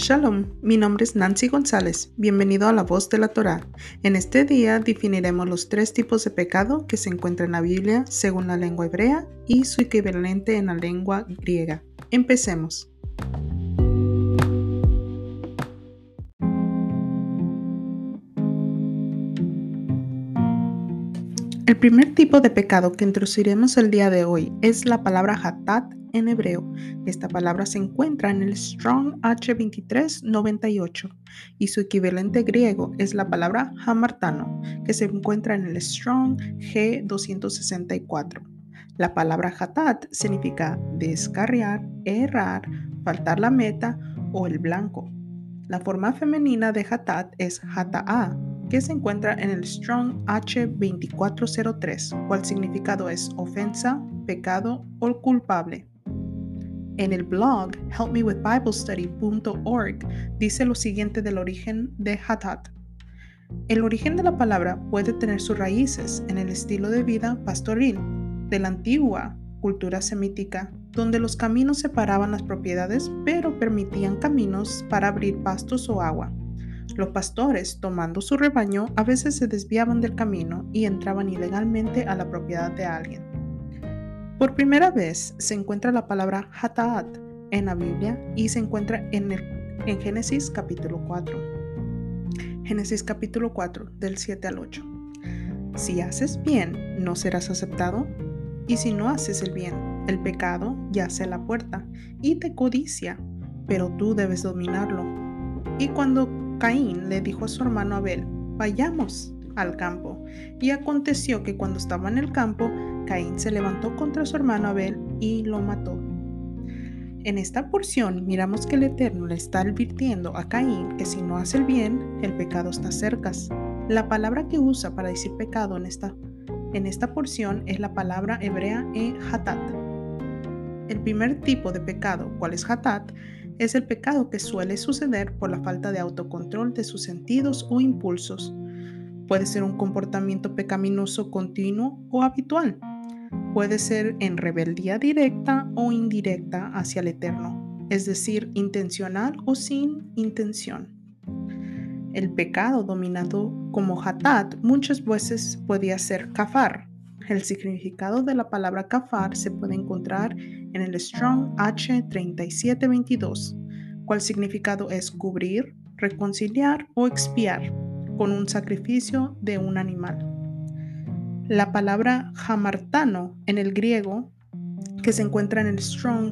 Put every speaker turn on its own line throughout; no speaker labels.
Shalom, mi nombre es Nancy González. Bienvenido a La Voz de la Torá. En este día definiremos los 3 tipos de pecado que se encuentran en la Biblia según la lengua hebrea y su equivalente en la lengua griega. Empecemos. El primer tipo de pecado que introduciremos el día de hoy es la palabra hatat en hebreo. Esta palabra se encuentra en el Strong H2398 y su equivalente griego es la palabra hamartano, que se encuentra en el Strong G264. La palabra hatat significa descarriar, errar, faltar la meta o el blanco. La forma femenina de hatat es hata'a, que se encuentra en el Strong H2403, cual significado es ofensa, pecado o culpable. En el blog helpmewithbiblestudy.org dice lo siguiente del origen de hatat. El origen de la palabra puede tener sus raíces en el estilo de vida pastoril de la antigua cultura semítica, donde los caminos separaban las propiedades pero permitían caminos para abrir pastos o agua. Los pastores, tomando su rebaño, a veces se desviaban del camino y entraban ilegalmente a la propiedad de alguien. Por primera vez se encuentra la palabra hataat en la Biblia y se encuentra en Génesis capítulo 4. Génesis capítulo 4, del 7 al 8. Si haces bien, no serás aceptado, y si no haces el bien, el pecado yace a la puerta y te codicia, pero tú debes dominarlo. Y cuando Caín le dijo a su hermano Abel, vayamos al campo. Y aconteció que cuando estaba en el campo, Caín se levantó contra su hermano Abel y lo mató. En esta porción miramos que el Eterno le está advirtiendo a Caín que si no hace el bien, el pecado está cerca. La palabra que usa para decir pecado en esta porción es la palabra hebrea hatat. El primer tipo de pecado, ¿cuál es hatat? Es el pecado que suele suceder por la falta de autocontrol de sus sentidos o impulsos. Puede ser un comportamiento pecaminoso continuo o habitual. Puede ser en rebeldía directa o indirecta hacia el Eterno, es decir, intencional o sin intención. El pecado dominado como hatat muchas veces podía ser kafar. El significado de la palabra kafar se puede encontrar en el Strong H3722, cual significado es cubrir, reconciliar o expiar con un sacrificio de un animal. La palabra hamartano en el griego, que se encuentra en el Strong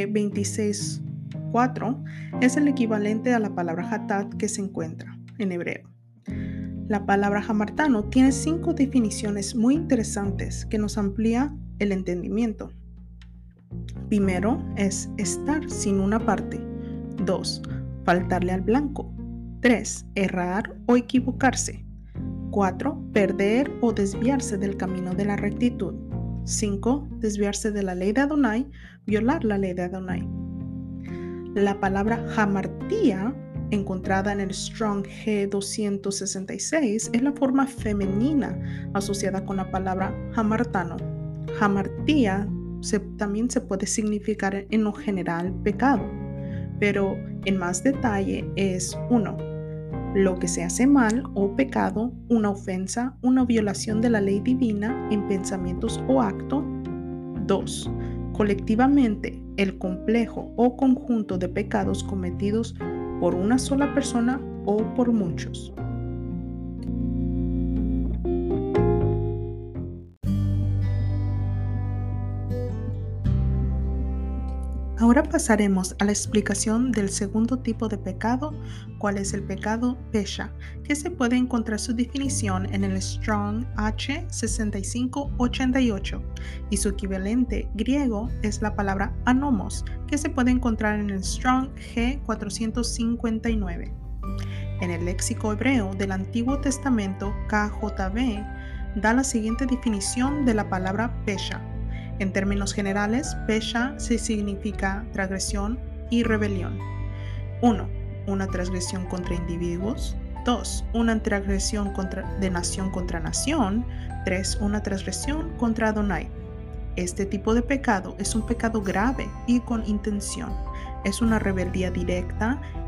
G264, es el equivalente a la palabra hatat que se encuentra en hebreo. La palabra hamartano tiene 5 definiciones muy interesantes que nos amplía el entendimiento. Primero es estar sin una parte. 2. Faltarle al blanco. 3. Errar o equivocarse. 4. Perder o desviarse del camino de la rectitud. 5. Desviarse de la ley de Adonai, violar la ley de Adonai. La palabra hamartía, encontrada en el Strong G266, es la forma femenina asociada con la palabra hamartano. Hamartía también se puede significar en lo general pecado, pero en más detalle es 1. Lo que se hace mal o pecado, una ofensa, una violación de la ley divina en pensamientos o acto. 2. Colectivamente, el complejo o conjunto de pecados cometidos por una sola persona o por muchos. Ahora pasaremos a la explicación del segundo tipo de pecado, cuál es el pecado pesha, que se puede encontrar su definición en el Strong H6588 y su equivalente griego es la palabra anomos, que se puede encontrar en el Strong G459. En el léxico hebreo del Antiguo Testamento, KJV da la siguiente definición de la palabra pesha. En términos generales, pesha significa transgresión y rebelión. 1. Una transgresión contra individuos. 2. Una transgresión de nación contra nación. 3. Una transgresión contra Adonai. Este tipo de pecado es un pecado grave y con intención. Es una rebeldía directa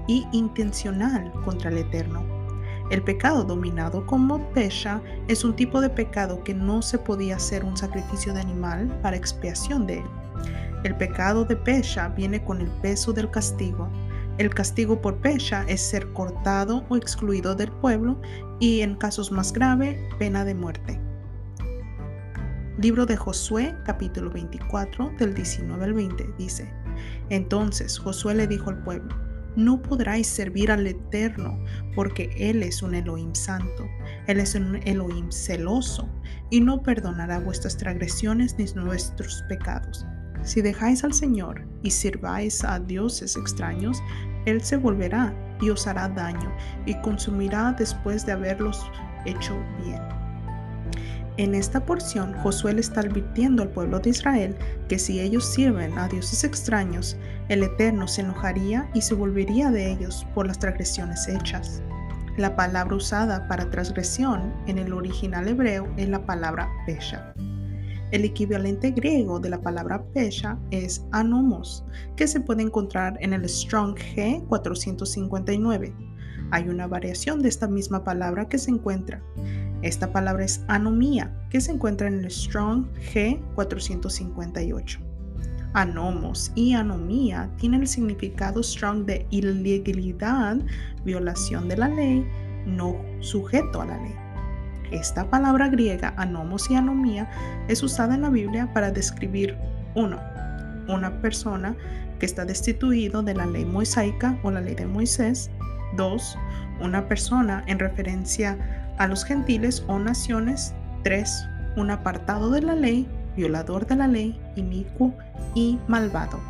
y intencional contra el Eterno. El pecado dominado como pesha es un tipo de pecado que no se podía hacer un sacrificio de animal para expiación de él. El pecado de pesha viene con el peso del castigo. El castigo por pesha es ser cortado o excluido del pueblo y, en casos más graves, pena de muerte. Libro de Josué, capítulo 24, del 19 al 20, dice: Entonces Josué le dijo al pueblo: No podráis servir al Eterno, porque Él es un Elohim santo, Él es un Elohim celoso, y no perdonará vuestras transgresiones ni vuestros pecados. Si dejáis al Señor y sirváis a dioses extraños, Él se volverá y os hará daño, y consumirá después de haberlos hecho bien. En esta porción, Josué le está advirtiendo al pueblo de Israel que si ellos sirven a dioses extraños, el Eterno se enojaría y se volvería de ellos por las transgresiones hechas. La palabra usada para transgresión en el original hebreo es la palabra pesha. El equivalente griego de la palabra pesha es anomos, que se puede encontrar en el Strong G 459. Hay una variación de esta misma palabra que se encuentra. Esta palabra es anomía, que se encuentra en el Strong G 458. Anomos y anomía tienen el significado strong de ilegalidad, violación de la ley, no sujeto a la ley. Esta palabra griega, anomos y anomía, es usada en la Biblia para describir 1. Una persona que está destituido de la ley mosaica o la ley de Moisés. 2. Una persona en referencia a los gentiles o naciones. 3. Un apartado de la ley, violador de la ley, inicuo y malvado.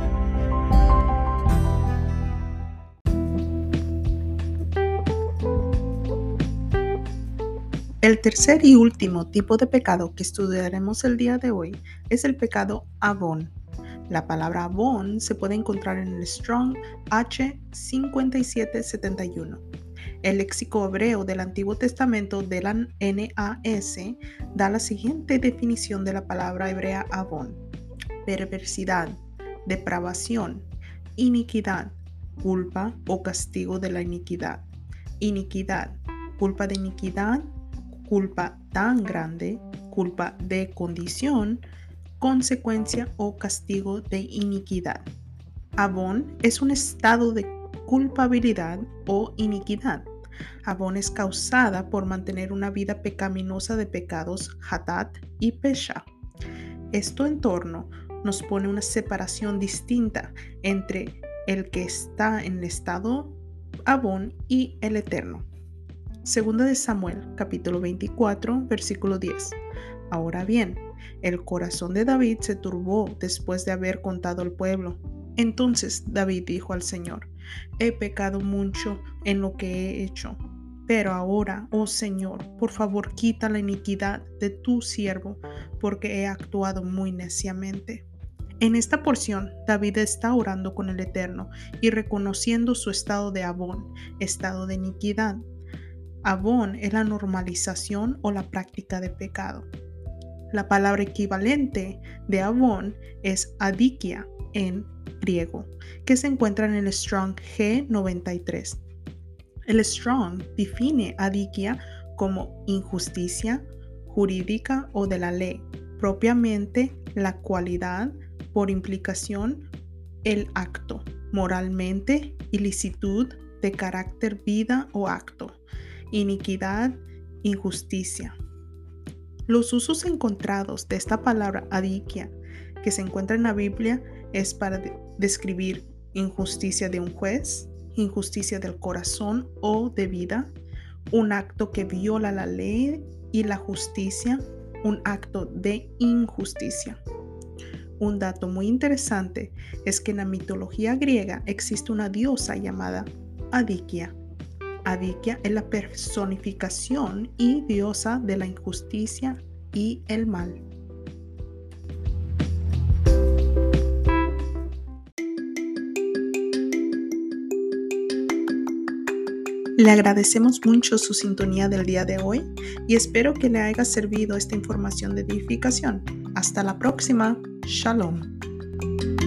El tercer y último tipo de pecado que estudiaremos el día de hoy es el pecado avón. La palabra avón se puede encontrar en el Strong H 5771. El léxico hebreo del Antiguo Testamento de la NAS da la siguiente definición de la palabra hebrea avón: perversidad, depravación, iniquidad, culpa o castigo de la iniquidad. Iniquidad, culpa de iniquidad, culpa tan grande, culpa de condición, consecuencia o castigo de iniquidad. Avón es un estado de culpabilidad o iniquidad. Avón es causada por mantener una vida pecaminosa de pecados hatat y pesha. Esto en torno nos pone una separación distinta entre el que está en el estado avón y el Eterno. Segunda de Samuel, capítulo 24, versículo 10. Ahora bien, el corazón de David se turbó después de haber contado al pueblo. Entonces David dijo al Señor: He pecado mucho en lo que he hecho. Pero ahora, oh Señor, por favor quita la iniquidad de tu siervo, porque he actuado muy neciamente. En esta porción, David está orando con el Eterno y reconociendo su estado de avón, estado de iniquidad. Avón es la normalización o la práctica de pecado. La palabra equivalente de avón es adikia en griego, que se encuentra en el Strong G93. El Strong define adikia como injusticia jurídica o de la ley, propiamente la cualidad, por implicación el acto, moralmente ilicitud de carácter vida o acto, iniquidad, injusticia. Los usos encontrados de esta palabra adikia que se encuentra en la Biblia es para describir injusticia de un juez, injusticia del corazón o de vida, un acto que viola la ley y la justicia, un acto de injusticia. Un dato muy interesante es que en la mitología griega existe una diosa llamada Adikia. Adikia es la personificación y diosa de la injusticia y el mal. Le agradecemos mucho su sintonía del día de hoy y espero que le haya servido esta información de edificación. Hasta la próxima. Shalom.